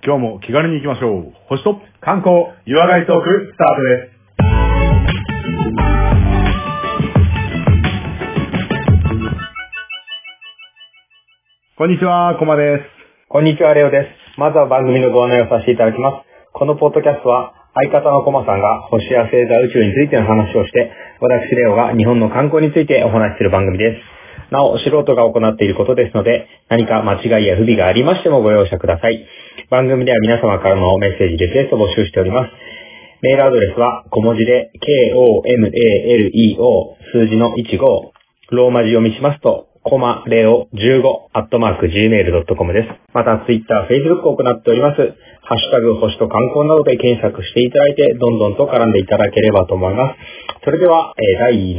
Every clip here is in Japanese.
今日も気軽に行きましょう。星と観光、 湯上がりトーク、スタートです。こんにちは、コマです。 こんにちは、レオです。まずは番組のご案内をさせていただきます。このポッドキャストは、相方のコマさんが星や星座宇宙についての話をして、私レオが日本の観光についてお話しする番組です。なお、素人が行っていることですので、何か間違いや不備がありましてもご容赦ください。番組では皆様からのメッセージ、リクエストを募集しております。メールアドレスは小文字で KOMALEO 数字の15、ローマ字読みしますと、コマレオ15@gmail.com です。また、ツイッター、フェイスブックを行っております。ハッシュタグ、星と観光などで検索していただいて、どんどんと絡んでいただければと思います。それでは、第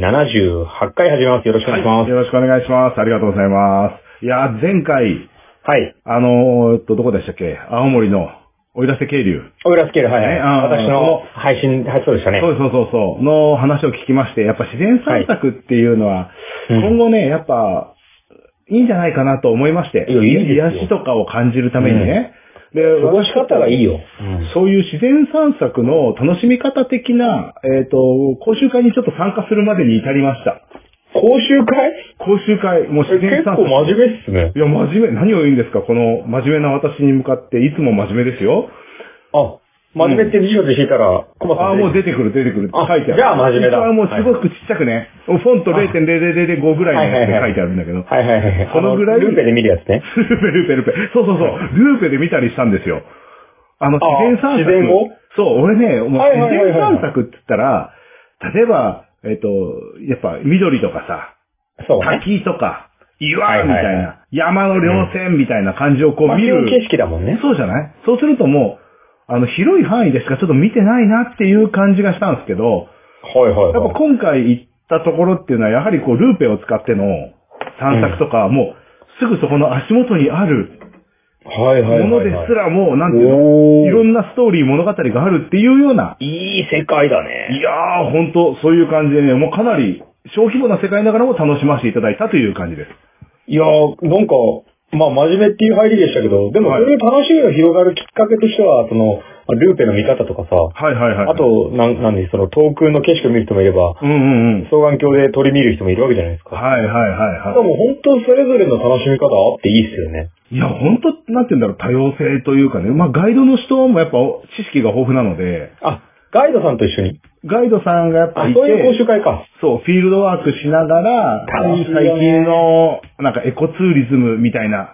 78回始めます。よろしくお願いします。 よろしくお願いします。ありがとうございます。いや、前回、 はい。 どこでしたっけ？青森の奥入瀬渓流。 奥入瀬渓流、はいはい。私の配信、はい、そうでしたね。 そうの話を聞きまして、やっぱ自然散策っていうのは、今後ね、やっぱ、いいんじゃないかなと思いまして。癒しとかを感じるためにね。 で、過ごし方がいいよ。 そういう自然散策の楽しみ方的な、講習会にちょっと参加するまでに至りました。 講習会もう自然散策。 結構真面目っすね。 いや、真面目。何を言うんですか、この真面目な私に向かって、いつも真面目ですよ。 あ、真面目って辞書で引いたら、コマさん。 もう出てくる。書いてある。 じゃあ真面目だ。 もうすごくちっちゃくね。フォント 0.0005 ぐらいのやつで書いてあるんだけど。 はい。 このぐらい。 ルーペで見るやつね。 ルーペ。そう。ルーペで見たりしたんですよ。自然散策。 自然をそう、俺ね、もう自然散策って言ったら、例えば、やっぱ緑とかさ、滝とか、岩みたいな、山の稜線みたいな感じをこう見る。 景色だもんね。 そうじゃない？そうするともう、広い範囲でしかちょっと見てないなっていう感じがしたんですけど、やっぱ今回行ったところっていうのは、やはりこう、ルーペを使っての散策とか、もう、すぐそこの足元にある、ものですらもう、なんていうの、いろんなストーリー、物語があるっていうような。 いい世界だね。 いやー、ほんと、そういう感じでね、もうかなり小規模な世界ながらも楽しませていただいたという感じです。 いやー、なんか、まあ、真面目っていう入りでしたけど、でも、そういう楽しみが広がるきっかけとしては、ルーペの見方とかさ、あと、遠くの景色を見る人もいれば、双眼鏡で鳥見る人もいるわけじゃないですか。でも、本当それぞれの楽しみ方あっていいっすよね。 いや、本当なんて言うんだろう、多様性というかね、まあ、ガイドの人もやっぱ知識が豊富なので、 ガイドさんと一緒に。 ガイドさんがやっぱいて、 そういう講習会か。 そう、フィールドワークしながら、最近の、なんかエコツーリズムみたいな、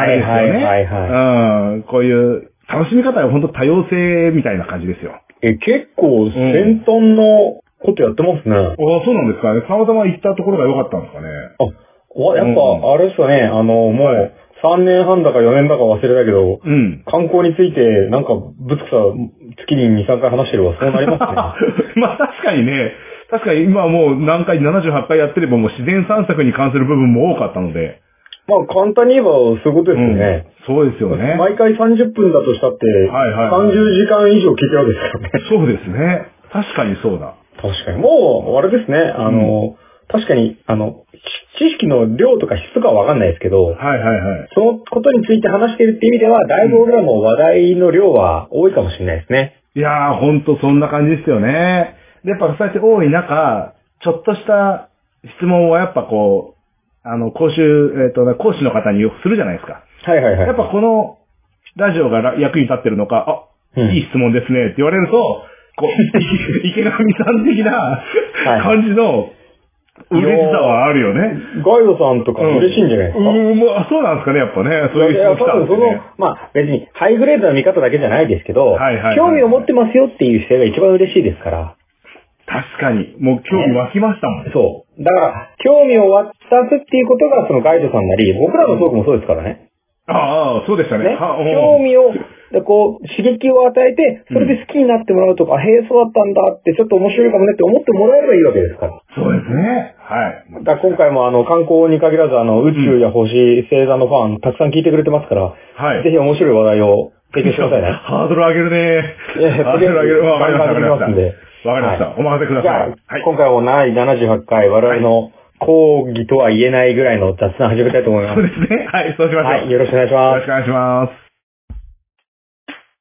こういう楽しみ方は本当多様性みたいな感じですよ。 結構先端のことやってますね。 そうなんですかね。たまたま行ったところが良かったんですかね。 やっぱ、あれですかね、もう、3年半だか4年だか忘れたけど、観光について、なんか、ぶつくさ、月に2、3回話してればそうなりますね。 まあ確かに今もう何回、78回やってればもう自然散策に関する部分も多かったので。 まあ簡単に言えばそういうことですよね。 そうですよね。 毎回30分だとしたって、30時間以上聞いてるわけですからね。 そうですね。確かにそうだ。 確かに。もう、あれですね、確かに、知識の量とか質がわかんないですけど、そのことについて話しているって意味では、だいぶ俺らも話題の量は多いかもしれないですね。 いやー、ほんとそんな感じですよね。で、やっぱそうやって多い中、ちょっとした質問をやっぱこう、講師の方によくするじゃないですか。やっぱこのラジオが役に立ってるのか、いい質問ですねって言われると、こう、池上さん的な感じの、嬉しさはあるよね。 ガイドさんとか嬉しいんじゃないですか？ そうなんですかね、やっぱね。そういう人来たんですね。 まあ別にハイグレードな見方だけじゃないですけど、興味を持ってますよっていう姿勢が一番嬉しいですから。 確かに。もう興味湧きましたもん。 そう。だから、興味を湧かすっていうことがそのガイドさんなり、僕らのトークもそうですからね。 そうでしたね。 興味を、こう、刺激を与えて、それで好きになってもらうとか、へえ、そうだったんだって、ちょっと面白いかもねって思ってもらえればいいわけですから。 そうですね。 だから今回も観光に限らず、宇宙や星、星座のファン、たくさん聞いてくれてますから、ぜひ面白い話題を提供してくださいね。 ハードル上げるね。 ハードル上げる。わかりましたんで。 わかりました。お任せください。 今回も第78回、我々の講義とは言えないぐらいの雑談始めたいと思います。 そうですね。はい、そうしましょう。 よろしくお願いします。 よろしくお願いします。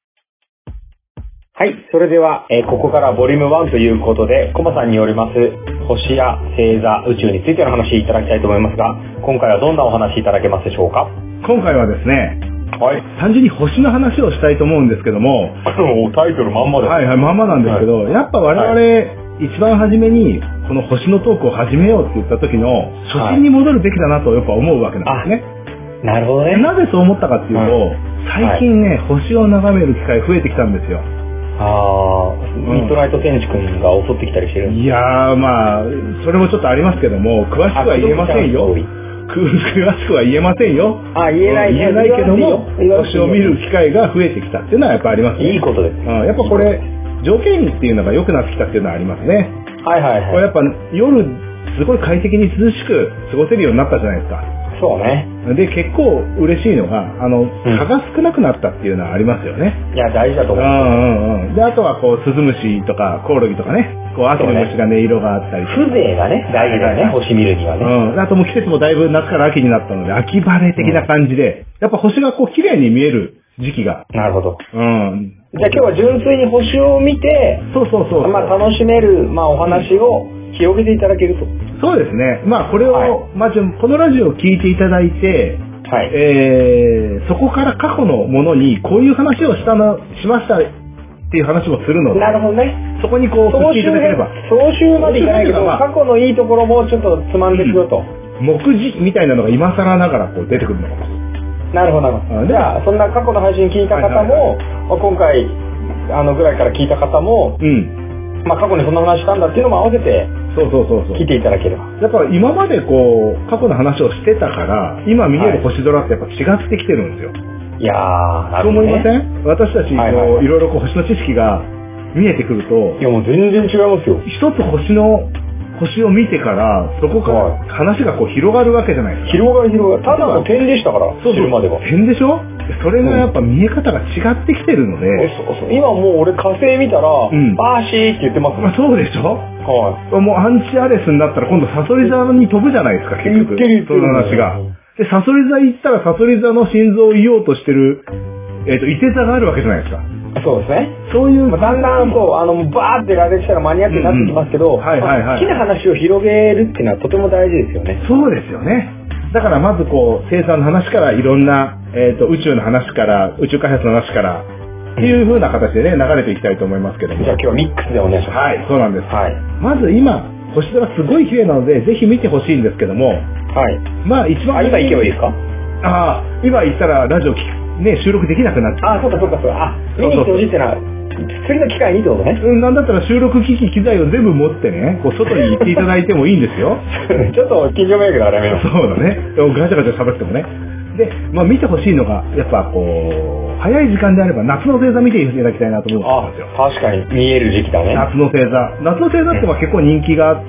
はい。それでは、ここからボリューム1ということで、コマさんによります、星や星座、宇宙についての話いただきたいと思いますが、今回はどんなお話いただけますでしょうか？ 今回はですね、 はい。 単純に星の話をしたいと思うんですけども、 タイトルまんまです。 はいはい、まんまなんですけど、やっぱ我々、一番初めに、この星のトークを始めようって言った時の、初心に戻るべきだなとやっぱ思うわけなんですね。 なるほどね。 なぜそう思ったかっていうと、最近ね、星を眺める機会増えてきたんですよ。 ミッドナイト天竺君が襲ってきたりしてるんですか？ いやー、まあ、それもちょっとありますけども、詳しくは言えませんよ。詳しくは言えませんよ。 言えないけども、星を見る機会が増えてきたっていうのはやっぱありますね。 いいことです。 やっぱこれ、条件っていうのが良くなってきたっていうのはありますね。 はいはいはい。 これやっぱ夜、すごい快適に涼しく過ごせるようになったじゃないですか。 そうね。 で、結構嬉しいのが、蚊が少なくなったっていうのはありますよね。 いや、大事だと思う。 で、あとはこう、スズムシとか、コオロギとかね、こう、秋の虫がね、色があったり。 風情がね、大事だよね、星見るにはね。 あともう季節もだいぶ夏から秋になったので、秋晴れ的な感じで、やっぱ星がこう、綺麗に見える時期が。 なるほど。 じゃあ今日は純粋に星を見て、 そう。 まあ楽しめる、まあお話を広げていただけると。 そうですね。まあこれを、このラジオを聞いていただいて、 はい。 そこから過去のものにこういう話をしましたっていう話もするので。 なるほどね。 そこにこう、振っていただければ。 総集までいかないけど、過去のいいところもちょっとつまんでくよと。 目次みたいなのが今更ながらこう出てくるのかもしれない。 なるほど。じゃあ、そんな過去の配信聞いた方も、今回、ぐらいから聞いた方も、まあ過去にそんな話したんだっていうのも合わせて、 そう。 聞いていただければ。 やっぱ今までこう、過去の話をしてたから、今見える星空ってやっぱ違ってきてるんですよ。 いやー、なるほどね。そう思いません？私たち、いろいろこう星の知識が見えてくると、 いやもう全然違いますよ。 一つ星を見てから、そこから話がこう広がるわけじゃないですか。 広がる。ただの点でしたから、知るまでは。 点でしょ？それがやっぱ見え方が違ってきてるので。 そう。今もう俺火星見たら、バーシーって言ってます。 そうでしょ？もうアンチアレスになったら今度サソリ座に飛ぶじゃないですか、結局。その話が。で、サソリ座行ったらサソリ座の心臓を言おうとしてる、いて座があるわけじゃないですか。 そうですね。 そういう。 だんだんバーって羅列したらマニアックになってきますけど、好きな話を広げるっていうのはとても大事ですよね。 そうですよね。だからまずこう、生産の話からいろんな、宇宙の話から、宇宙開発の話から、っていう風な形でね、流れていきたいと思いますけども。 じゃあ今日はミックスでお願いします。 はい、そうなんです。まず今、星空すごい綺麗なので、ぜひ見てほしいんですけども。まあ一番。 今行けばいいですか？ 今行ったらラジオ収録できなくなっちゃう。 そうか。見に行ってほしいってのは、次の機会にってことね。 なんだったら収録機器機材を全部持ってね、こう外に行っていただいてもいいんですよ。 ちょっと近所迷惑だからやめよう。 そうだね。ガチャガチャ喋ってもね。で、見てほしいのが、やっぱこう、早い時間であれば夏の星座見ていただきたいなと思うんですよ。 確かに見える時期だね。 夏の星座って結構人気があって、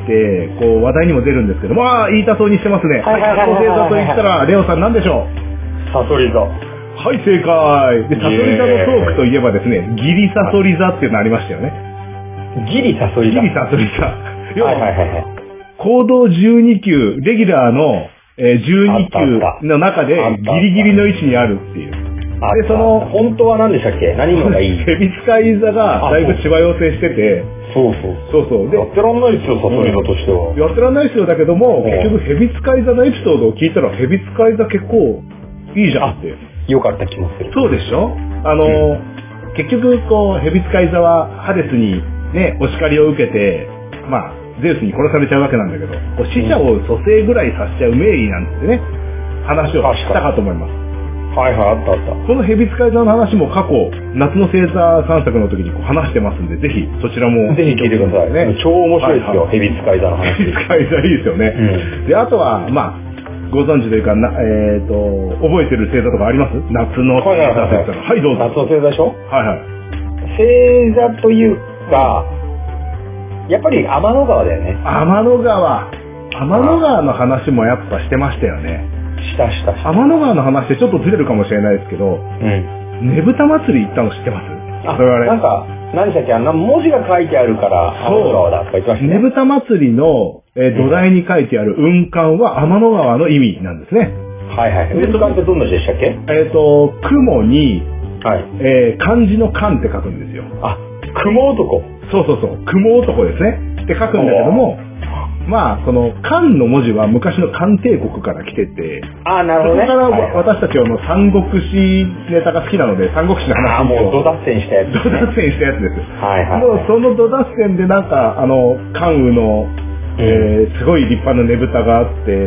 こう話題にも出るんですけども、言いたそうにしてますね。夏の星座と言ったら、レオさん何でしょう？ サソリ座。 はい、正解。で、サソリ座のトークといえばですね、ギリサソリ座っていうのありましたよね。 ギリサソリ座。 要は、行動12級、レギュラーの12級の中でギリギリの位置にあるっていう。で、 本当は何でしたっけ？何のがいい？ ヘビ使い座がだいぶしわ寄せしてて、 そう。 で、 やってらんないですよ、サソリ座としては。 やってらんないですよ、だけども、結局ヘビ使い座のエピソードを聞いたら、ヘビ使い座結構いいじゃんって。 よかった気もする。 そうでしょ？結局、こう、ヘビ使い座はハデスにね、お叱りを受けて、ゼウスに殺されちゃうわけなんだけど、死者を蘇生ぐらいさせちゃう名医なんてね、話をしたかと思います。 あった。 このヘビ使い座の話も過去、夏の星座散策の時に話してますんで、ぜひそちらも。 ぜひ聞いてくださいね。超面白いですよ、ヘビ使い座の話。 ヘビ使い座いいですよね。で、あとは、ご存知というか、覚えてる星座とかあります？夏の星座と言ったら。はい、どうぞ。 夏の星座でしょ？星座というか、やっぱり天の川だよね。 天の川の話もやっぱしてましたよね。 した。 天の川の話ってちょっとずれるかもしれないですけど、ねぶた祭り行ったの知ってます？ 何でしたっけ？文字が書いてあるから、天の川だとか言ってましたね。 ねぶた祭りの、土台に書いてある雲冠は天の川の意味なんですね。 雲冠ってどんな字でしたっけ？ 雲に、漢字の漢って書くんですよ。 雲男。 そうそうそう、雲男ですね。って書くんだけども、まあ、その、漢の文字は昔の漢帝国から来てて、 なるほどね。 そこから私たちは三国志ネタが好きなので、三国志の話もう、ド脱線したやつ、 ド脱線したやつです。 はいはい。 もう、そのド脱線でなんか、関羽の、すごい立派なねぶたがあって、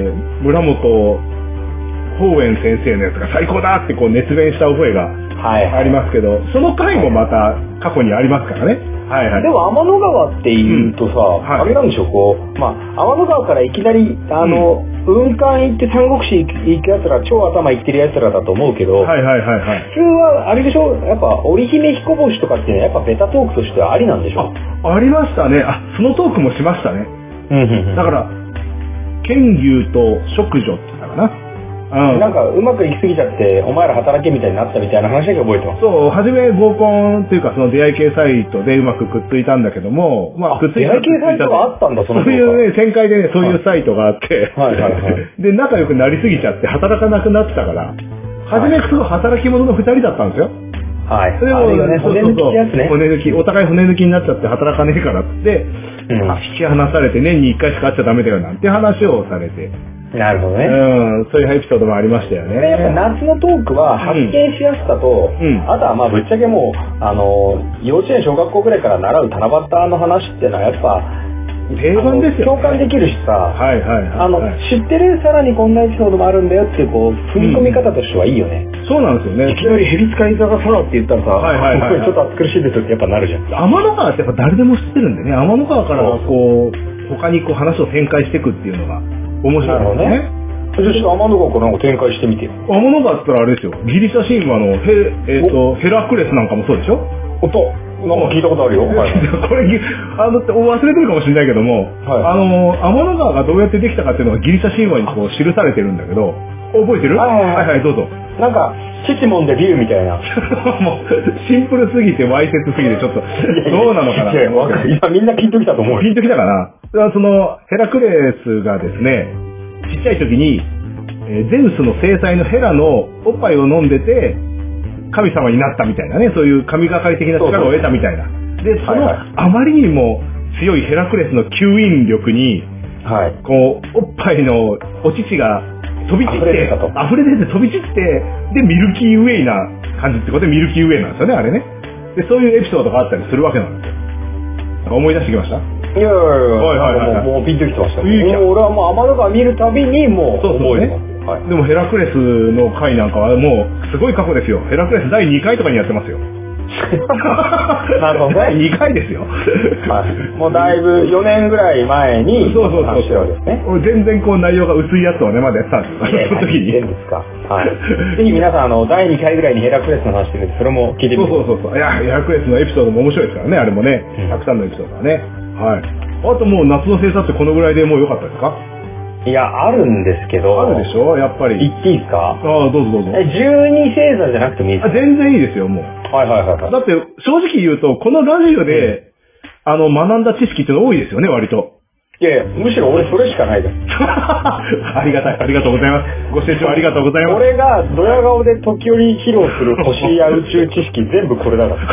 村本法円先生のやつが最高だってこう熱弁した覚えがありますけど、その回もまた過去にありますからね。はいはい。 でも天の川って言うとさ、あれなんでしょう、こう、まあ、天の川からいきなり、雲漢行って三国志行く奴ら、超頭行ってる奴らだと思うけど、 はいはいはいはい。 普通は、あれでしょ、やっぱ、織姫彦星とかっていうのはやっぱベタトークとしてはありなんでしょ。 ありましたね。そのトークもしましたね。だから、剣牛と淑女って言ったかな。 なんかうまくいきすぎちゃってお前ら働けみたいになったみたいな話だけ覚えてます。 そう、初め合コンっていうかその出会い系サイトでうまくくっついたんだけども、まあくっついた。 出会い系サイトがあったんだ、 そういうね、展開でね、そういうサイトがあって、 はいはいはい。 で、仲良くなりすぎちゃって働かなくなってたから、初めすごい働き者の二人だったんですよ。 はい。 それをね、骨抜きってやつね。 骨抜き、お互い骨抜きになっちゃって働かねえからって、引き離されて年に一回しか会っちゃダメだよなんて話をされて。 なるほどね。 そういうエピソードもありましたよね。 やっぱ夏のトークは発見しやすさと、あとはまあぶっちゃけもう、幼稚園、小学校ぐらいから習う七夕の話っていうのはやっぱ、 定番ですよ、 共感できるしさ、 はいはいはい、 知ってるさらにこんなエピソードもあるんだよっていうこう踏み込み方としてはいいよね。 そうなんですよね。 いきなりヘビ使い座がさって言ったらさ、ちょっと暑苦しいですってやっぱなるじゃん。 天の川ってやっぱ誰でも知ってるんでね、天の川からこう他にこう話を展開していくっていうのが面白いですね。 じゃあ天の川からなんか展開してみてよ。 天の川って言ったらあれですよ、ギリシャ神話のヘラクレスなんかもそうでしょ。 なんか聞いたことあるよ。 これ忘れてるかもしれないけども、天の川がどうやってできたかっていうのがギリシャ神話にこう記されてるんだけど、覚えてる？はいはい、どうぞ。 なんか、チモンでビューみたいな。 もう、シンプルすぎて、わいせつすぎて、ちょっと、どうなのかな。 今みんなピンときたと思う。 ピンときたかな。その、ヘラクレスがですね、ちっちゃい時に、ゼウスの正妻のヘラのおっぱいを飲んでて、神様になったみたいなね、そういう神がかり的な力を得たみたいな。で、その、あまりにも強いヘラクレスの吸引力に、こう、おっぱいのお乳が飛び散って、溢れ出て飛び散って、で、ミルキーウェイな感じってことでミルキーウェイなんですよね、あれね。で、そういうエピソードがあったりするわけなんですよ。なんか思い出してきました？ いやもうピンときてました。俺はもう天の川見るたびにもう覚えてます。 でもヘラクレスの回なんかはもうすごい過去ですよ。ヘラクレス第2回とかにやってますよ。 なるほどね。 第2回ですよ。 もうだいぶ4年ぐらい前に話してるわけですね。 全然こう内容が薄いやつをね、まだやってたんですよ。その時に。 ですか。ぜひ皆さん第2回ぐらいにヘラクレスの話してるんで、それも聞いてみてください。 そう。いや、ヘラクレスのエピソードも面白いですからね、あれもね。たくさんのエピソードがね。はい。あともう夏の星座ってこのぐらいでもう良かったですか？ いや、あるんですけど。 あるでしょやっぱり。 言っていいですか？ どうぞどうぞ。 12星座じゃなくてもいいですか？ 全然いいですよ、もう。だって、正直言うと、このラジオで、学んだ知識っていうの多いですよね、割と。 いやいや、むしろ俺それしかないです。 ありがたい、ありがとうございます。ご清聴ありがとうございます。 俺がドヤ顔で時折披露する星や宇宙知識全部これだから。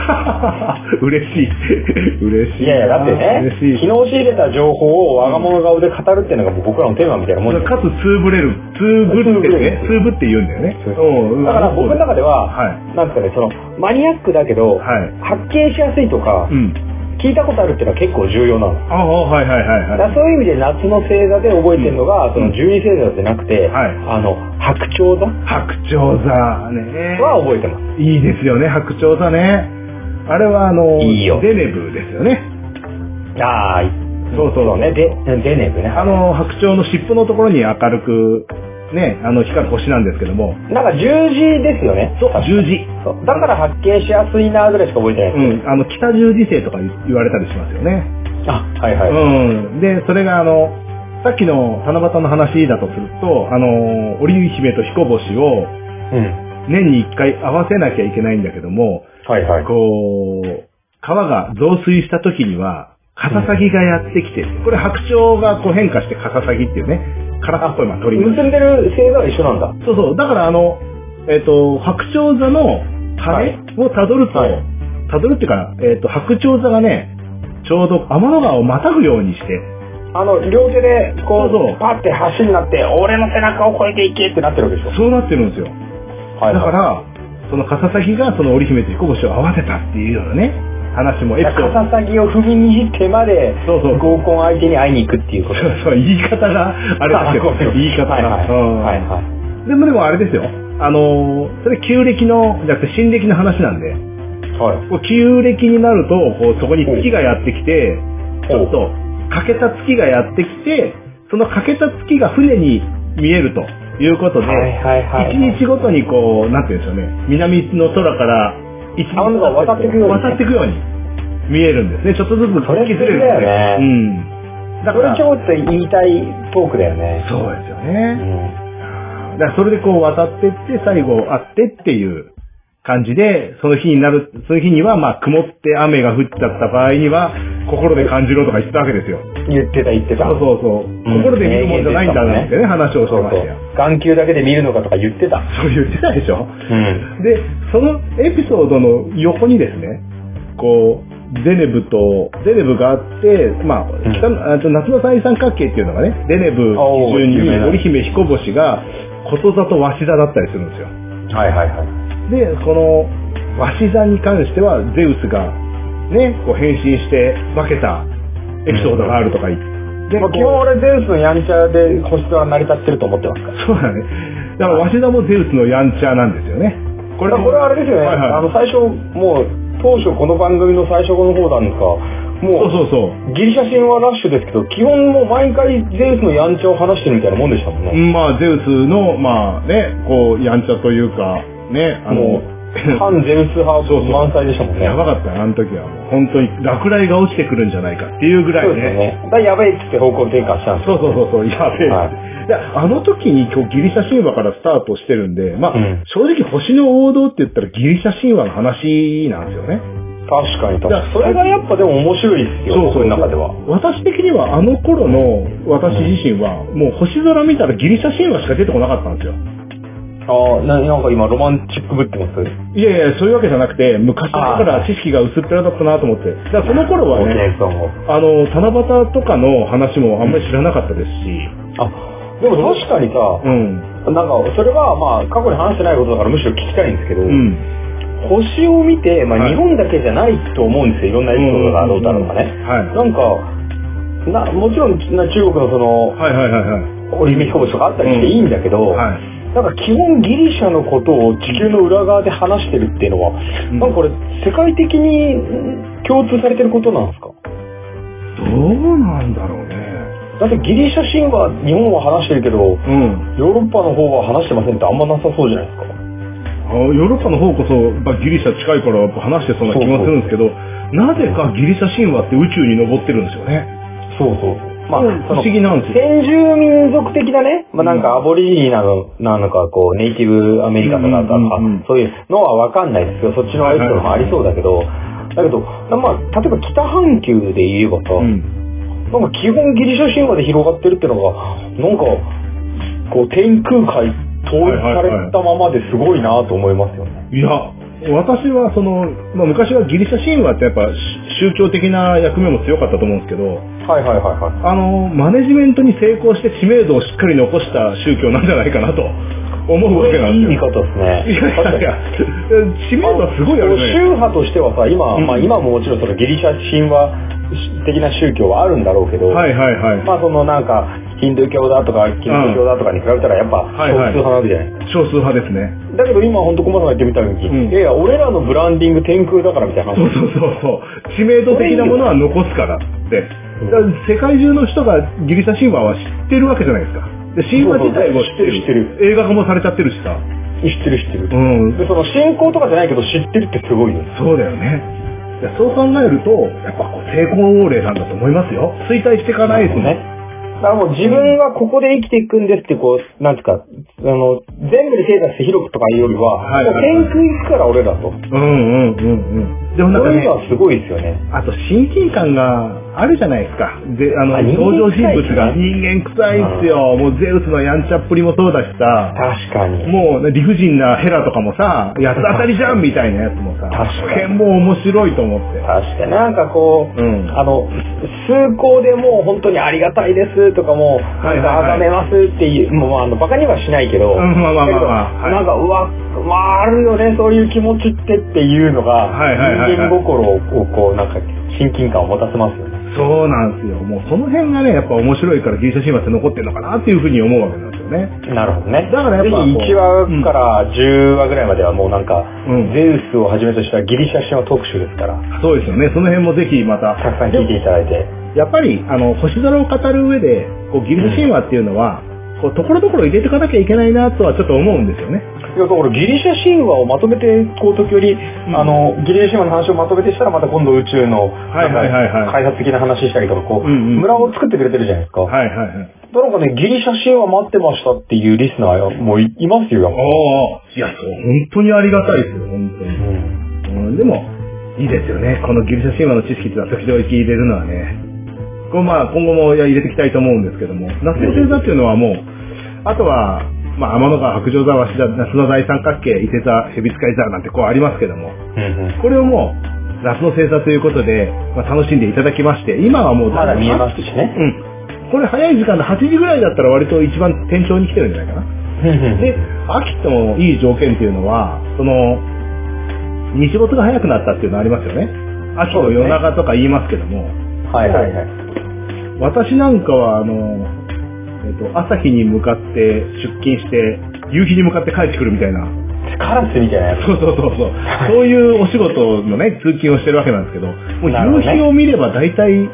嬉しい。嬉しい。 いやいや、だってね、昨日仕入れた情報を我が物顔で語るっていうのがもう僕らのテーマみたいなもんです。 かつつぶれる。つぶって言うんだよね。 だから僕の中では、なんですかね、その、マニアックだけど、発見しやすいとか、聞いたことあるっていうのは結構重要なの。そういう意味で夏の星座で覚えてるのが、その12星座じゃなくて、白鳥座？ 白鳥座ね。 は覚えてます。 いいですよね、白鳥座ね。あれはデネブですよね。 そうね、デネブね。 白鳥の尻尾のところに明るく、ね、光る星なんですけども。 なんか十字ですよね。 そう、十字。 だから発見しやすいなぐらいしか覚えてないです。 北十字星とか言われたりしますよね。で、それがさっきの七夕の話だとすると、織姫と彦星を、年に一回合わせなきゃいけないんだけども、こう、川が増水した時には、カササギがやってきて、これ白鳥がこう変化してカササギっていうね、カラスっぽい鳥。 結んでる星座は一緒なんだ。 そう。だから白鳥座の羽をたどると、 辿るっていうか、白鳥座がね、ちょうど天の川をまたぐようにして、 両手で、こう、パッて橋になって、俺の背中を越えていけってなってるわけでしょ。 そうなってるんですよ。はいはい、だから、そのカササギがその織姫と彦星を合わせたっていうようなね、話もカササギを踏みにじってまで、合コン相手に会いに行くっていうこと。 そう、言い方が、あれだけど、言い方が。はいはい。でもあれですよ。それ旧暦の、じゃなくて新暦の話なんで、はい、旧暦になると、こう、そこに月がやってきて、ちょっと、欠けた月がやってきて、その欠けた月が船に見えるということで、一日ごとにこう、なんていうんでしょうね、南の空から一日渡っていくように見えるんですね。ちょっとずつそれずれるんですね。うん。だからそれちょっと言いたいトークだよね。 そうですよね。うん、だからそれでこう渡っていって最後会ってっていう感じで、その日にはまあ曇って雨が降っちゃった場合には心で感じろとか言ってたわけですよ。 言ってた。 そう。心で見るもんじゃないんだなんてね、話をしてましたよ。 眼球だけで見るのかとか言ってた。 そう言ってたでしょ。うん。で、そのエピソードの横にですね、こう、ゼネブがあって、まあ、夏の三角形っていうのがね、ゼネブ中に織姫彦星がこと座と鷲座だったりするんですよ。 はいはいはい。 で、この鷲座に関してはゼウスがね、こう変身して化けたエピソードがあるとか言って。 基本俺ゼウスのやんちゃで星座は成り立ってると思ってますから。 そうだね。だから鷲座もゼウスのやんちゃなんですよね。 これはあれですよね。はいはい、最初もう当初この番組の最初の方なんですか。もうギリシャ神話ラッシュですけど、基本もう毎回ゼウスのやんちゃを話してるみたいなもんでしたもんね。 まあゼウスのまあね、こうやんちゃというかね、 反ゼウス派満載でしたもんね。 やばかったね、あの時はもう本当に落雷が落ちてくるんじゃないかっていうぐらいね。そうですね。 だやべえっつって方向転換したんですよ。 そうやべえ。はい、であの時に今日ギリシャ神話からスタートしてるんで、まあ、正直星の王道って言ったらギリシャ神話の話なんですよね。 確かに。それがやっぱでも面白いですよ、僕の中では。 私的にはあの頃の私自身は、もう星空見たらギリシャ神話しか出てこなかったんですよ。 なんか今ロマンチックぶってます？ いや、そういうわけじゃなくて、昔だから知識が薄っぺらだったなと思って。だからその頃はね、七夕とかの話もあんまり知らなかったですし。 でも確かにさ、なんかそれはまあ過去に話してないことだからむしろ聞きたいんですけど、星を見て、まあ日本だけじゃないと思うんですよ。いろんなエピソードがあろうだろうかね。なんか、もちろん中国のその、織姫彦星とかあったりしていいんだけど、なんか基本ギリシャのことを地球の裏側で話してるっていうのは、なんかこれ世界的に共通されてることなんですか？ どうなんだろうね。 だってギリシャ神話日本は話してるけど、ヨーロッパの方は話してませんってあんまなさそうじゃないですか。 ヨーロッパの方こそ、ギリシャ近いから話してそうな気がするんですけど、なぜかギリシャ神話って宇宙に登ってるんですよね。まあ、不思議なんですよ。 先住民族的なね、まあなんかアボリジニなのか、こう、ネイティブアメリカとか、そういうのはわかんないですけど、そっちのエピソードもありそうだけど、まあ、例えば北半球で言えばさ、なんか基本ギリシャ神話で広がってるってのが、なんか、こう、天空海統一されたままですごいなと思いますよね。 いや、私はまあ、昔はギリシャ神話ってやっぱ宗教的な役目も強かったと思うんですけど、マネジメントに成功して知名度をしっかり残した宗教なんじゃないかなと思うわけなんですよ。 いい見方ですね。 いや、知名度はすごいあるね。 宗派としてはさ、今ももちろんそのギリシャ神話的な宗教はあるんだろうけど、まあそのなんか、ヒンドゥー教だとかキリスト教だとかに比べたらやっぱ少数派なわけじゃないですか。 少数派ですね。 だけど今本当コマさんが言ってみたように、いや俺らのブランディング天空だからみたいな話。 そう。知名度的なものは残すからって。世界中の人がギリシャ神話は知ってるわけじゃないですか。で神話自体も知ってる。映画化もされちゃってるしさ。 知ってる。でその信仰とかじゃないけど知ってるってすごいよ。 そうだよね。そう考えるとやっぱ成功例なんだと思いますよ。衰退していかないですね。 だからもう自分がここで生きていくんですってこう、なんつうか、全部で手出して広くとかいうよりは、天空行くから俺らと。 でもなんかね、 そういうのはすごいですよね。 あと親近感があるじゃないですか。で、登場人物が人間臭いっすよ。もうゼウスのやんちゃっぷりもそうだしさ。 確かに。 もう理不尽なヘラとかもさ、八つ当たりじゃんみたいなやつもさ。 確かに。 もう面白いと思って。 確かに。なんかこう、崇高でもう本当にありがたいですとかも、なんかあがめますっていう、もうバカにはしないけど、なんか、あるよね、そういう気持ちっていうのが、人間心をこう、なんか親近感を持たせますよね。 そうなんですよ。もうその辺がね、やっぱ面白いからギリシャ神話って残ってるのかなっていうふうに思うわけなんですよね。 なるほどね。 だからやっぱぜひ1話から10話ぐらいまではもうなんか、ゼウスをはじめとしたギリシャ神話特集ですから。 そうですよね。その辺もぜひまた。 たくさん聞いていただいて。 やっぱり、星空を語る上で、ギリシャ神話っていうのは、ところどころ入れていかなきゃいけないなとはちょっと思うんですよね。 いや、だからギリシャ神話をまとめて、時折、ギリシャ神話の話をまとめてしたら、また今度宇宙の、開発的な話したりとか、村を作ってくれてるじゃないですか。なんかね、ギリシャ神話待ってましたっていうリスナーもいますよ、やっぱ。 いや、本当にありがたいですよ、本当に。でも、いいですよね。このギリシャ神話の知識ってのは時々入れるのはね。今後も入れていきたいと思うんですけども、夏の星座っていうのはもう、あとは、天の川、白状座、鷲座、夏の大三角形、伊勢座、蛇使い座なんてありますけども、これをもう、夏の星座ということで、楽しんでいただきまして、今はもう、 まだ見えますしね。 これ早い時間で8時ぐらいだったら割と一番天頂に来てるんじゃないかな。で、秋といい条件っていうのは、日没が早くなったっていうのありますよね。秋の夜長とか言いますけども。私なんかは、朝日に向かって出勤して、夕日に向かって帰ってくるみたいな。 カラスみたいなやつ。 そう。そういうお仕事のね、通勤をしてるわけなんですけど、もう夕日を見れば大体、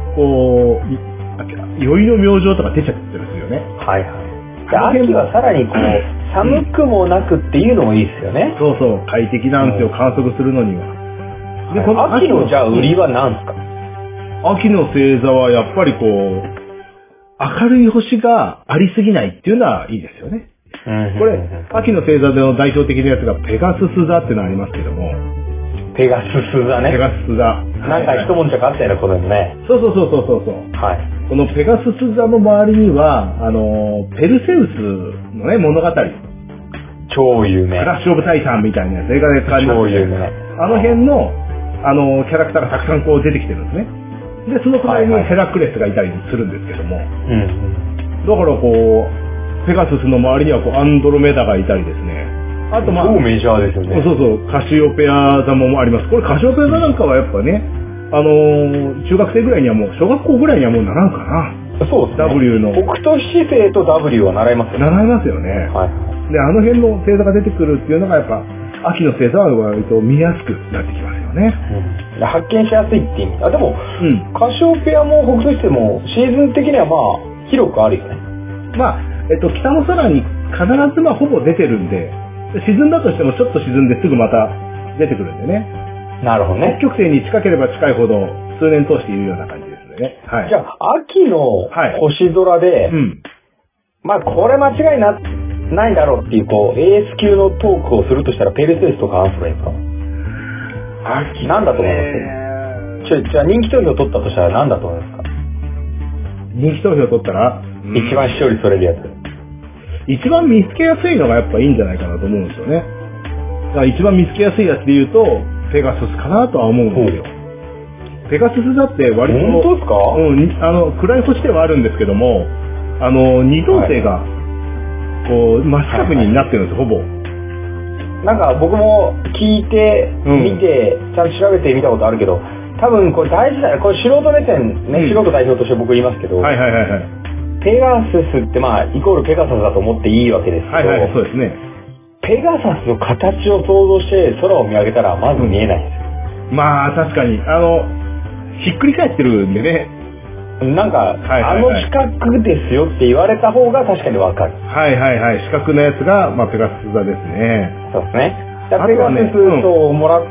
宵の明星とか出ちゃってるんですよね。秋はさらに寒くもなくっていうのもいいですよね。 そう、快適なんですよ、観測するのには。 で、この秋のじゃあ売りは何ですか？ 秋の星座はやっぱり明るい星がありすぎないっていうのはいいですよね。これ、秋の星座での代表的なやつがペガスス座っていうのありますけども。 ペガスス座ね。 ペガスス座。 なんか一文字があったよね、これね。 そう。このペガスス座の周りには、ペルセウスのね、物語。 超有名。 クラッシュオブタイタンみたいなやつ、映画で使われます、 超有名。 あの辺の、キャラクターがたくさん出てきてるんですね。で、その隣にヘラクレスがいたりするんですけども。だからペガススの周りにはアンドロメダがいたりですね。あと超メジャーですよね。 そう、カシオペア座もあります。これカシオペア座なんかはやっぱね、中学生ぐらいにはもう、小学校ぐらいにはもう習うかな。 そうですね。 W の。 北斗七星と W は習いますよね。 習いますよね。で、あの辺の星座が出てくるっていうのがやっぱ、秋の星座は割と見やすくなってきますよね。 発見しやすいっていう意味。でも、カシオペアも北斗七星もシーズン的には広くあるよね。 北の空に必ずほぼ出てるんで、沈んだとしてもちょっと沈んですぐまた出てくるんでね。 なるほどね。 北極星に近ければ近いほど数年通しているような感じですね。 じゃあ、秋の星空で、これ間違いないだろうっていう、AS 級のトークをするとしたら、ペルセウスとかアンスライですか？秋。なんだと思います？じゃあ人気投票取ったとしたら何だと思いますか？ 人気投票取ったら一番視聴率取れるやつ。 一番見つけやすいのがやっぱいいんじゃないかなと思うんですよね。だから一番見つけやすいやつで言うと、ペガススかなとは思うんですよ。ペガススだって割と、 本当ですか？ 暗い星ではあるんですけども、二等星が、真四角になってるんですよ、ほぼ。 なんか僕も聞いて、見て、ちゃんと調べてみたことあるけど、多分これ大事だよ。これ素人目線ね、素人代表として僕言いますけど、ペガススってイコールペガサスだと思っていいわけですけど、 そうですね。 ペガサスの形を想像して空を見上げたらまず見えないんですよ。 確かに。ひっくり返ってるんでね。 なんか、四角ですよって言われた方が確かにわかる。 四角のやつが、ペガスス座ですね。 そうですね。ペガススともらって、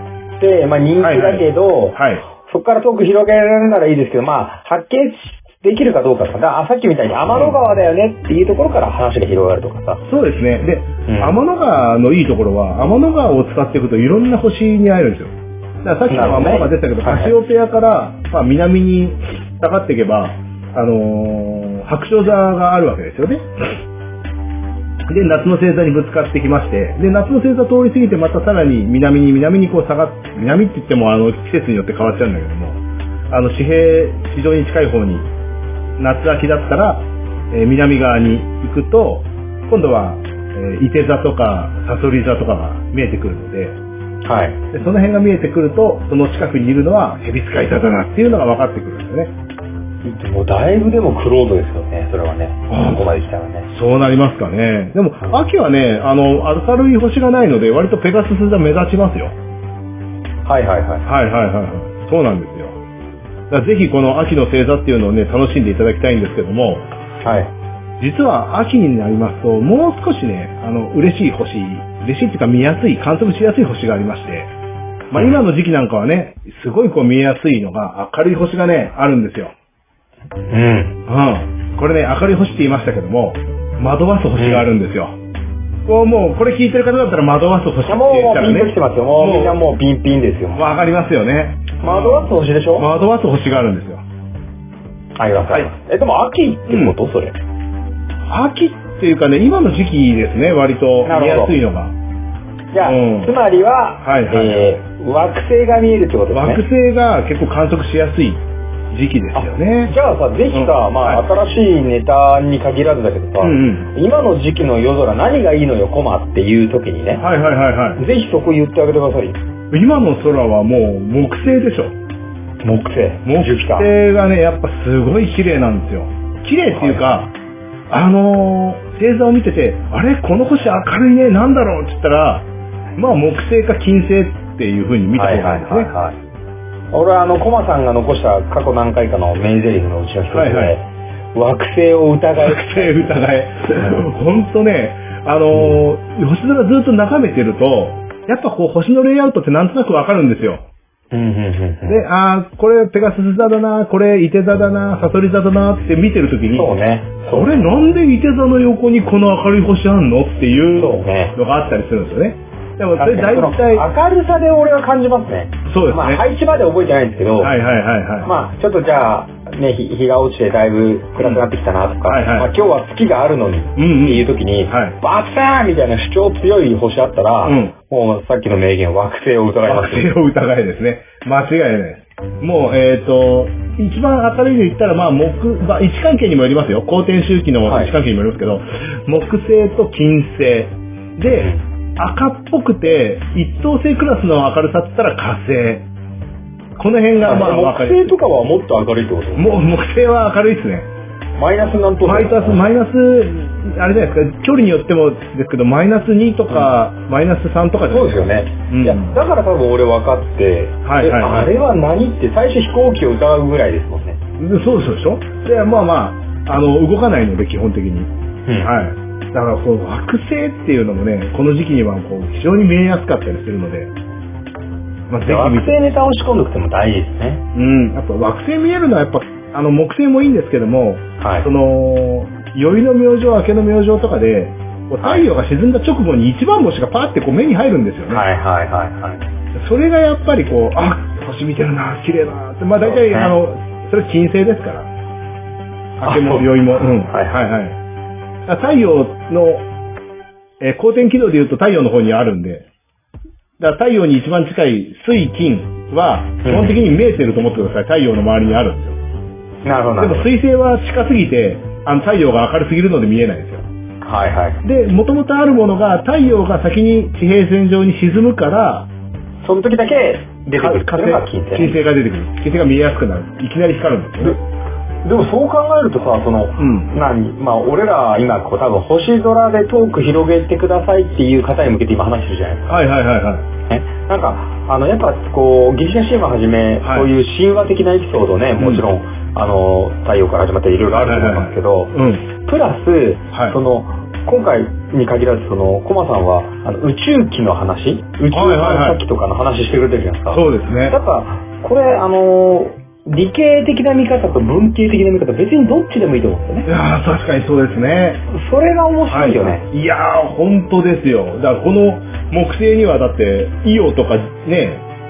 人気だけど、そこからトーク広げられるならいいですけど、発見できるかどうかとか、さっきみたいに天の川だよねっていうところから話が広がるとかさ。 そうですね。で、天の川のいいところは、天の川を使っていくといろんな星に会えるんですよ。 だからさっきのものが出たけど、カシオペアから、まあ、南に下がっていけば、白鳥座があるわけですよね。で、夏の星座にぶつかってきまして、で、夏の星座通り過ぎてまたさらに南にこう下がって、南って言っても季節によって変わっちゃうんだけども、地平、非常に近い方に、夏秋だったら、南側に行くと、今度は、伊手座とか、サソリ座とかが見えてくるので、 はい。 で、その辺が見えてくると、その近くにいるのは蛇使い座だなっていうのが分かってくるんですよね。 もうだいぶでもクロードですよね、それはね。ここまで来たらね。 そうなりますかね。でも、秋はね、明るい星がないので、割とペガスス座目立ちますよ。 はいはいはい。 はいはいはい。そうなんですよ。だからぜひこの秋の星座っていうのをね、楽しんでいただきたいんですけども、 はい。 実は秋になりますと、もう少しね、嬉しい星、嬉しいっていうか見やすい、観測しやすい星がありまして、まあ今の時期なんかはね、すごいこう見えやすいのが、明るい星がね、あるんですよ。 うん。 これね、明るい星って言いましたけども、惑わす星があるんですよ。もう、これ聞いてる方だったら惑わす星って言ったらね。 もうピンと来てますよ。もうみんなもうピンピンですよ。 わかりますよね。 惑わす星でしょ？ 惑わす星があるんですよ。 はい、わかります。でも秋ってこと、それ。 秋っていうかね、今の時期ですね、割と見やすいのが。 じゃあ、つまりは、惑星が見えるってことですね。 惑星が結構観測しやすい時期ですよね。 じゃあさ、ぜひさ、まあ、新しいネタに限らずだけどさ、今の時期の夜空何がいいのよ、コマっていう時にね。ぜひそこ言ってあげてください。 今の空はもう木星でしょ。 木星がね、やっぱすごい綺麗なんですよ。綺麗っていうか、星座を見てて、あれこの星明るいね、なんだろうって言ったら、まあ木星か金星っていう風に見た方がいいですね。 俺はコマさんが残した過去何回かのメインゼリフのうちの一つで、惑星を疑え。 惑星疑え。ほんとね、星空ずっと眺めてると、やっぱこう星のレイアウトってなんとなくわかるんですよ。で、これペガスス座だな、これイテ座だな、サソリ座だなって見てるときに、 そうね。 これなんでイテ座の横にこの明るい星あんのっていうのがあったりするんですよね。でもそれ大体明るさで俺は感じますね。 そうですね。 まあ配置まで覚えてないんですけど、まあちょっとじゃあね、日が落ちてだいぶ暗くなってきたなとか、まあ今日は月があるのにっていう時に、バッサーみたいな主張強い星あったら、もうさっきの名言惑星を疑います。 惑星を疑いですね。間違いないです。もう一番明るいの言ったらまあ位置関係にもよりますよ。公転周期の位置関係にもよりますけど、木星と金星で。赤っぽくて、一等星クラスの明るさって言ったら火星。この辺がまあ木星とかはもっと明るいってこと？ 木星は明るいですね。 マイナス何とか？ マイナス、あれじゃないですか、距離によってもですけど、マイナス2とか、マイナス3とかじゃないですか。 そうですよね。いや、だから多分俺分かって、あれは何って最初飛行機を疑うぐらいですもんね。 そうでしょ？で、まあ、動かないので基本的に。だからこう惑星っていうのもね、この時期にはこう非常に見えやすかったりするので、 まあ、惑星ネタを仕込んでおくても大事ですね。 やっぱ惑星見えるのはやっぱ木星もいいんですけども、その宵の明星、明けの明星とかで太陽が沈んだ直後に一番星がパーってこう目に入るんですよね。それがやっぱりこう星見てるな、綺麗だなって、まあ大体それ金星ですから、明けも宵も、太陽の、公転軌道で言うと太陽の方にあるんで、だから太陽に一番近い水金は基本的に見えてると思ってください。太陽の周りにあるんですよ。 なるほど。 でも水星は近すぎて、太陽が明るすぎるので見えないんですよ。で、もともとあるものが太陽が先に地平線上に沈むから、 その時だけ出てくる。 金星が出てくる。金星が見えやすくなる。いきなり光るんですよね。 でもそう考えるとさ、まあ俺ら今こう多分星空でトーク広げてくださいっていう方に向けて今話してるじゃないですか。なんかやっぱこうギリシャ神話はじめ、そういう神話的なエピソードね、もちろん太陽から始まっていろいろあると思いますけど、プラス今回に限らずコマさんは宇宙機の話、宇宙探査機とかの話してくれてるじゃないですか。 そうですね。 だからこれ理系的な見方と文系的な見方、別にどっちでもいいと思うんですよね。 いやー、確かにそうですね。 それが面白いよね。 いやー、本当ですよ。だからこの木星にはだって、イオとかね、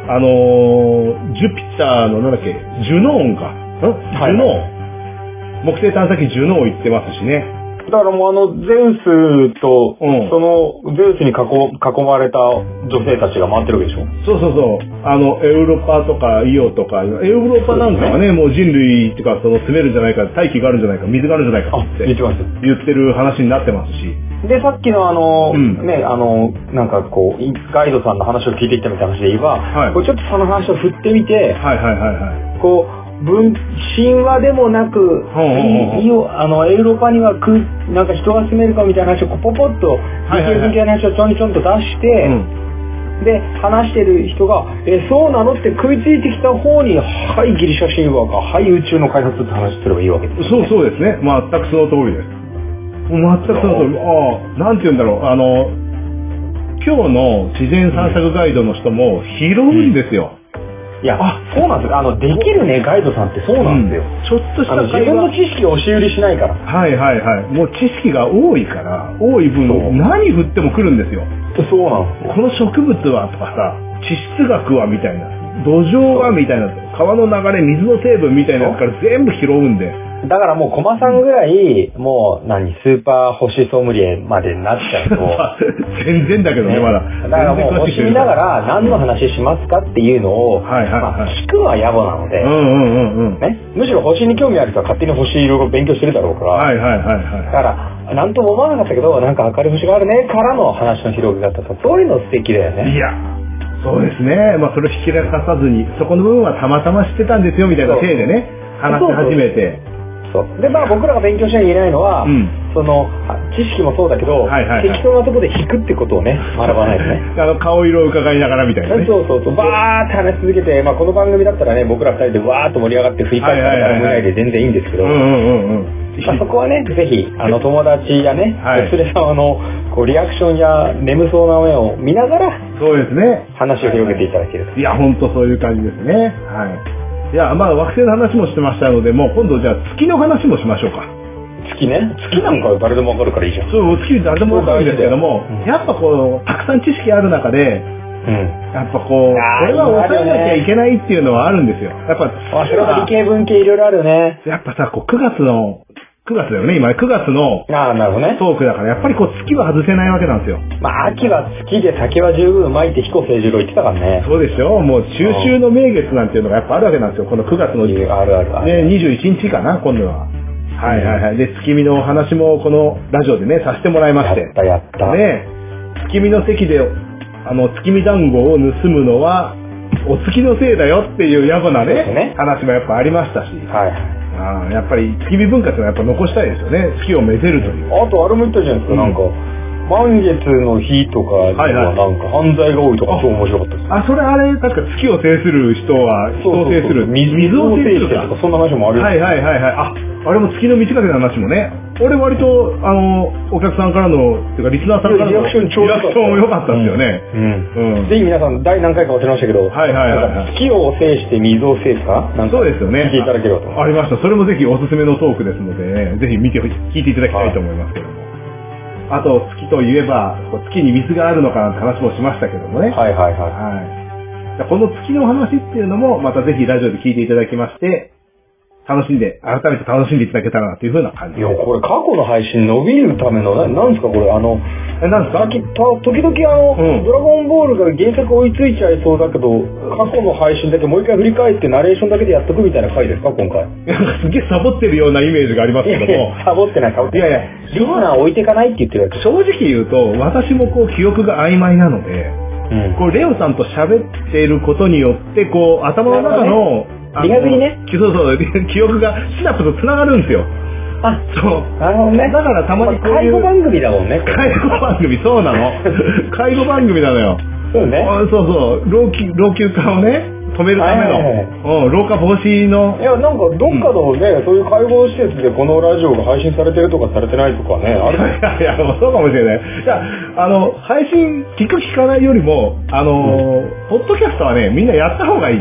ジュピターのなんだっけ、ジュノーンか。ジュノーン。木星探査機ジュノーン行ってますしね。 だからもうゼウスと、その、ゼウスに囲まれた女性たちが回ってるわけでしょ？ そうそうそう。エウロパとかイオとか、エウロパなんかはね、もう人類っていうか、住めるんじゃないか、大気があるんじゃないか、水があるんじゃないかって言ってる話になってますし。で、さっきのね、なんかこう、ガイドさんの話を聞いてきたみたいな話で言えば、これちょっとその話を振ってみて、こう、神話でもなく、エウロパにはなんか人が住めるかみたいな話をポポッと、理系文系の話をちょんと出して、で、話してる人が、そうなのって食いついてきた方に、はい、ギリシャ神話か、はい、宇宙の開発って話すればいいわけですね。 そうですね。全くその通りです。全くその通り。なんて言うんだろう。今日の自然散策ガイドの人も拾うんですよ。 いや、そうなんですよ。できるね、ガイドさんってそうなんですよ。 ちょっとした自分の知識を押し売りしないから。 もう知識が多いから、多い分、何振っても来るんですよ。 そうなんですよ。 この植物はとかさ、地質学はみたいな、土壌はみたいな、川の流れ、水の成分みたいなやつから全部拾うんで。 だからもう、コマさんぐらい、もう、スーパー星ソムリエまでになっちゃうと。 全然だけどね、まだ。 だからもう、星見ながら何の話しますかっていうのを、聞くのは野暮なので、むしろ星に興味ある人は勝手に星いろいろ勉強してるだろうから、だから、なんとも思わなかったけど、なんか明るい星があるね、からの話の広げ方と、そういうの素敵だよね。 いや。そうですね。それを引き出さずに、そこの部分はたまたま知ってたんですよ、みたいな体でね、話し始めて。 で、僕らが勉強しなきゃいけないのは、その、知識もそうだけど、適当なところで引くってことをね、学ばないとね。 顔色を伺いながらみたいなね。 そう、バーって話し続けて、この番組だったらね、僕ら二人でわーっと盛り上がって振り返ってからぐらいで全然いいんですけど、そこはね、ぜひ、友達やね、娘様のリアクションや眠そうな目を見ながら、 そうですね。 話を広げていただけると。 いや、ほんとそういう感じですね。いや、惑星の話もしてましたので、もう今度じゃあ月の話もしましょうか。 月ね。月なんか誰でもわかるからいいじゃん。 そう、月誰でもわかるんですけども、やっぱたくさん知識ある中で、やっぱこれは抑えなきゃいけないっていうのはあるんですよ。やっぱ、 それは理系文系いろいろあるね。 やっぱさ、9月だよね、今。9月のなるほどね。 トークだから、やっぱり月は外せないわけなんですよ。 秋は月で酒は十分うまいって彦星十郎言ってたからね。 そうでしょ。もう中秋の名月なんていうのがやっぱあるわけなんですよ。この9月の。 ある。 ね、21日かな、今度は。で、月見の話もこのラジオでね、させてもらいまして。 やった。 ね、月見の席で、月見団子を盗むのは、お月のせいだよっていう野暮なね、話もやっぱありましたし。やっぱり月見文化ってのはやっぱ残したいですよね。月をめでるという。 あとあれも言ったじゃないですか、なんか、満月の日とかにはなんか犯罪が多いとか超面白かったです。 それあれ、確か月を制する人は人を制する。 水を制してとか、そんな話もあるよ。 あれも月の満ち欠けの話もね。俺割と、お客さんからの、っていうかリスナーさんからのリアクションも良かったですよね。 ぜひ皆さん、第何回か忘れましたけど、月を制して水を制すかそうですよね。 聞いていただければと。 ありました。それもぜひおすすめのトークですのでね、ぜひ聞いていただきたいと思いますけども。あと、月といえば、月に水があるのかなって話もしましたけどもね。この月の話っていうのも、またぜひラジオで聞いていただきまして、改めて楽しんでいただけたらなというふうな感じ。 いや、これ過去の配信伸びるための、なんですかこれ、 なんですか時々ドラゴンボールが原作追いついちゃいそうだけど、過去の配信だけもう一回振り返ってナレーションだけでやっとくみたいな回ですか今回。 すげえサボってるようなイメージがありますけども。 サボってない。リスナー置いていかないって言ってるわけ。 正直言うと、私も記憶が曖昧なので、レオさんと喋っていることによって、頭の中の、 リアルにね。 そう、記憶がシナプスと繋がるんですよ。そう。 なるほどね。 だからたまに介護番組だもんね。 介護番組、そうなの。介護番組なのよ。 そうね。 そう。老朽化をね、止めるための、老化防止の。 いや、なんかどっかのね、そういう介護施設でこのラジオが配信されてるとかされてないとかね、ある。 いや、そうかもしれない。じゃ配信、聞く聞かないよりも、ポッドキャストはね、みんなやった方がいい。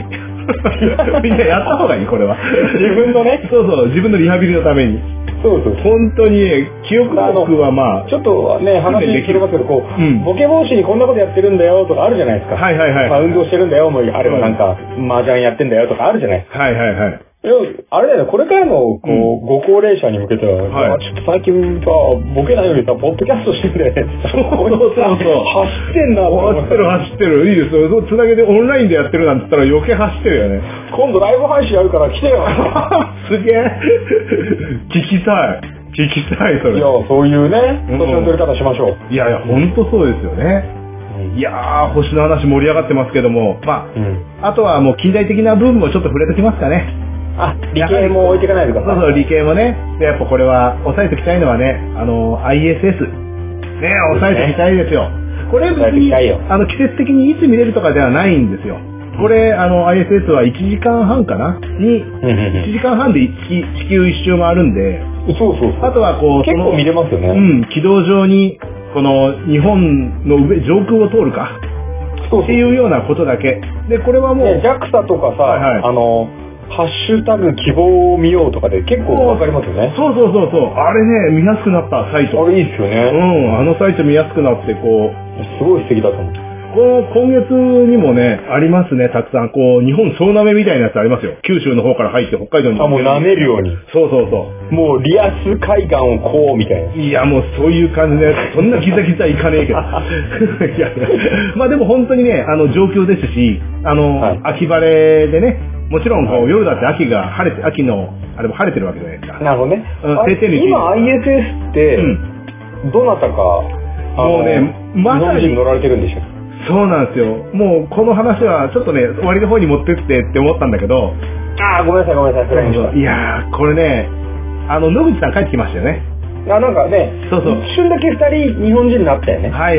みんなやった方がいい、これは。 自分のね。 そうそう、自分のリハビリのために。 そうそう。 本当にね、記憶力はまあ。 ちょっとね、話できますけど、こう、ボケ防止にこんなことやってるんだよとかあるじゃないですか。 はいはいはい。 まあ運動してるんだよ、もうあれはなんか、麻雀やってんだよとかあるじゃないですか。 はいはいはい。 あれだよね、これからの、こう、ご高齢者に向けては、ちょっと最近さ、ボケないようにさ、ポッドキャストしてんだよね。そうそうそう。走ってんな、 走ってる。いいですよ。つなげてオンラインでやってるなんて言ったら余計走ってるよね。 今度ライブ配信やるから来てよ。 すげえ。聞きたい、それ。 いや、そういうね、年の取り方しましょう。 いやいや、ほんとそうですよね。いやー、星の話盛り上がってますけども、まあ、あとはもう近代的な部分もちょっと触れてきますかね。 理系も置いていかないでください。 そう、理系もね。で、やっぱこれは、押さえておきたいのはね、ISS。ね、押さえておきたいですよ。これ別に、季節的にいつ見れるとかではないんですよ。これ、ISS は1時間半かなに、1時間半で地球一周回るんで、 そう。 あとはこう、 結構見れますよね。 軌道上に、この日本の上空を通るか。っていうようなことだけ。で、これはもう。 JAXA とかさ、ハッシュタグ希望を見ようとかで結構わかりますよね。 そう。あれね、見やすくなったサイト。 あれいいっすよね。 あのサイト見やすくなって、こう。 すごい素敵だと思う。 今月にもね、ありますね、たくさん。こう、日本総なめみたいなやつありますよ。九州の方から入って北海道に。 もう舐めるように。 そう。 もうリアス海岸をこう、みたいな。 いや、もうそういう感じのやつ。そんなギザギザいかねえけど。いや、まあでも本当にね、状況ですし、秋晴れでね、もちろんこう、夜だって秋の、あれも晴れてるわけじゃないですか。 なるほどね。今 ISS って、どなたか、 もうね、 まさに乗られてるんでしょ。 そうなんですよ。もう、この話は、ちょっとね、終わりの方に持ってってって思ったんだけど。 ごめんなさい。 いやー、これね、野口さん帰ってきましたよね。 なんかね、 そう。 一瞬だけ2人日本人になったよね。 はい。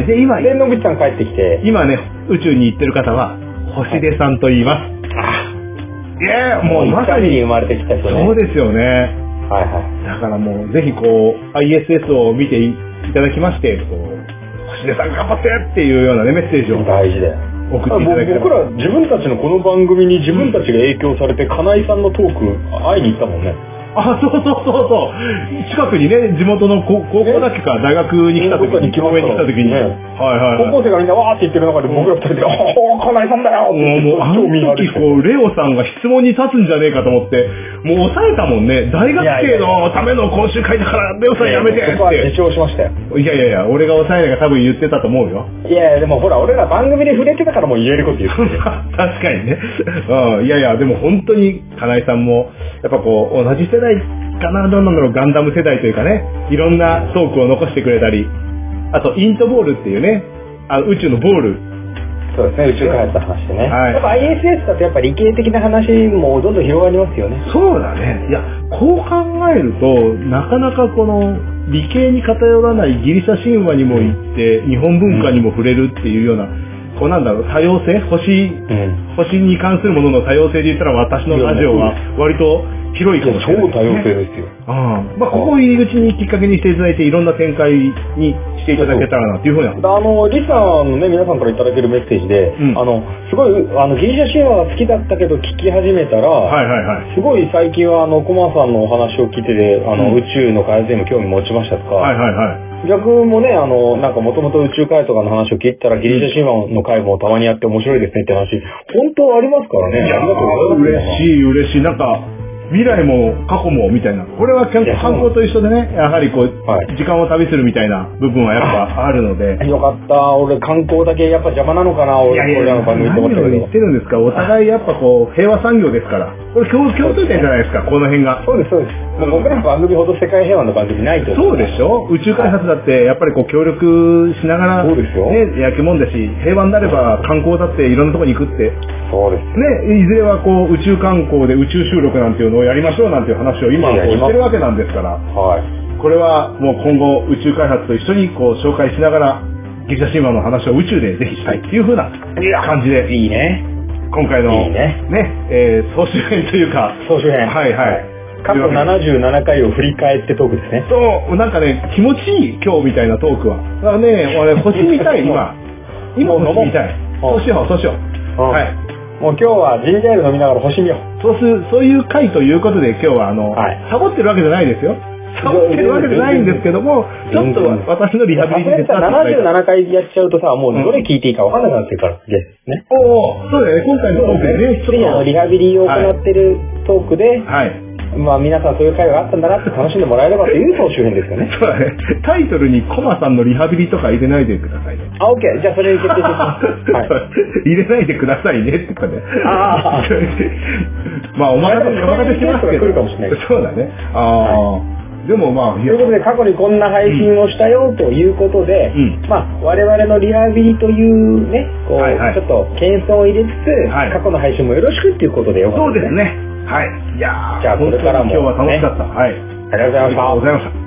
で、今、 野口さん帰ってきて。 今ね、宇宙に行ってる方は、星出さんと言います。いやもうまさに生まれてきた人ね。 そうですよね。だからもう、ぜひこう、ISS を見ていただきまして、こう、星出さん頑張ってっていうようなね、メッセージを大事だよ。 送っていただければ。 僕ら自分たちのこの番組に自分たちが影響されて、金井さんのトーク会いに行ったもんね。 そう。近くにね、地元の高校だっけか、大学に来た時に、共演に来た時に。 高校生がみんなわーって言ってる中で僕ら二人で、金井さんだよもう、あの時こう、レオさんが質問に立つんじゃねえかと思って、もう抑えたもんね。大学生のための講習会だから、レオさんやめてって。 そこは自重しましたよ。 いや、俺が抑えないが多分言ってたと思うよ。 いや、でもほら、俺ら番組で触れてたからもう言えること言ってる。 確かにね。いや、でも本当に、金井さんも、やっぱこう、同じ世代かな、どうなんだろう、ガンダム世代というかね、いろんなトークを残してくれたり、あと、イントボールっていうね、宇宙のボール。 そうですね、宇宙開発の話でね。やっぱ ISS だとやっぱ理系的な話もどんどん広がりますよね。 そうだね。いや、こう考えると、なかなかこの、理系に偏らないギリシャ神話にも行って、日本文化にも触れるっていうような、こうなんだろう、多様性星に関するものの多様性で言ったら私のラジオは割と広いかもしれない、 超多様性ですよ。 ここを入り口にきっかけにしていただいていろんな展開にしていただけたらなっていうふうな。 リサのね、皆さんからいただけるメッセージで、すごい、ギリシャ神話が好きだったけど聞き始めたら、すごい最近はコマさんのお話を聞いてて、宇宙の開発への興味持ちましたとか、逆もね、なんかもともと宇宙開とかの話を聞いたらギリシャ神話の回もたまにやって面白いですねって話、本当ありますからね。 ありがとうございます。嬉しい。なんか、未来も過去もみたいな。これは観光と一緒でね、やはりこう、時間を旅するみたいな部分はやっぱあるので。 よかった。俺観光だけやっぱ邪魔なのかな、俺らの番組って思ったけど。 何を言ってるんですか。お互いやっぱこう、平和産業ですから。これ共通点じゃないですか、この辺が。 そうです。僕らの番組ほど世界平和の番組ないと。 そうでしょ。宇宙開発だってやっぱりこう協力しながら、 そうですよ。 ね、焼きもんだし、平和になれば観光だっていろんなところに行くって。 そうです。 ね、いずれはこう宇宙観光で宇宙収録なんていうのをやりましょうなんていう話を今こうしてるわけなんですから。これはもう今後宇宙開発と一緒にこう紹介しながら、ギリシャ神話の話を宇宙でぜひしたいっていう風な感じで。 いいね。 今回のね、総集編というか。 総集編。過去77回を振り返ってトークですね。 そう、なんかね、気持ちいい今日みたいなトークは。だからね、俺星見たい、今星見たい。そうしよう。 もう今日はジンジャーエール飲みながら星見よう。 そういう回ということで今日はサボってるわけじゃないですよ。サボってるわけじゃないんですけども、ちょっと私のリハビリで 77回やっちゃうとさ、もうどれ聞いていいか分かんなくなってるから、ね。 そうだよね、今回のトークでね、 ちょっとリハビリを行ってるトークで、まあ皆さんそういう会があったんだなって楽しんでもらえればという総集編ですよね。 そうだね。タイトルにコマさんのリハビリとか入れないでくださいね。 あ、OK。じゃあそれに決定します。 入れないでくださいねってかね。まあお任せしますけど。そうだね。でもまあ、ということで過去にこんな配信をしたよということで、まあ我々のリハビリというね、こう、ちょっと謙遜を入れつつ、過去の配信もよろしくっていうことでよかったですね。 そうですね。はい。いやー、 じゃあこれからも、 今日は楽しかった。はい。 ありがとうございました。 ありがとうございました。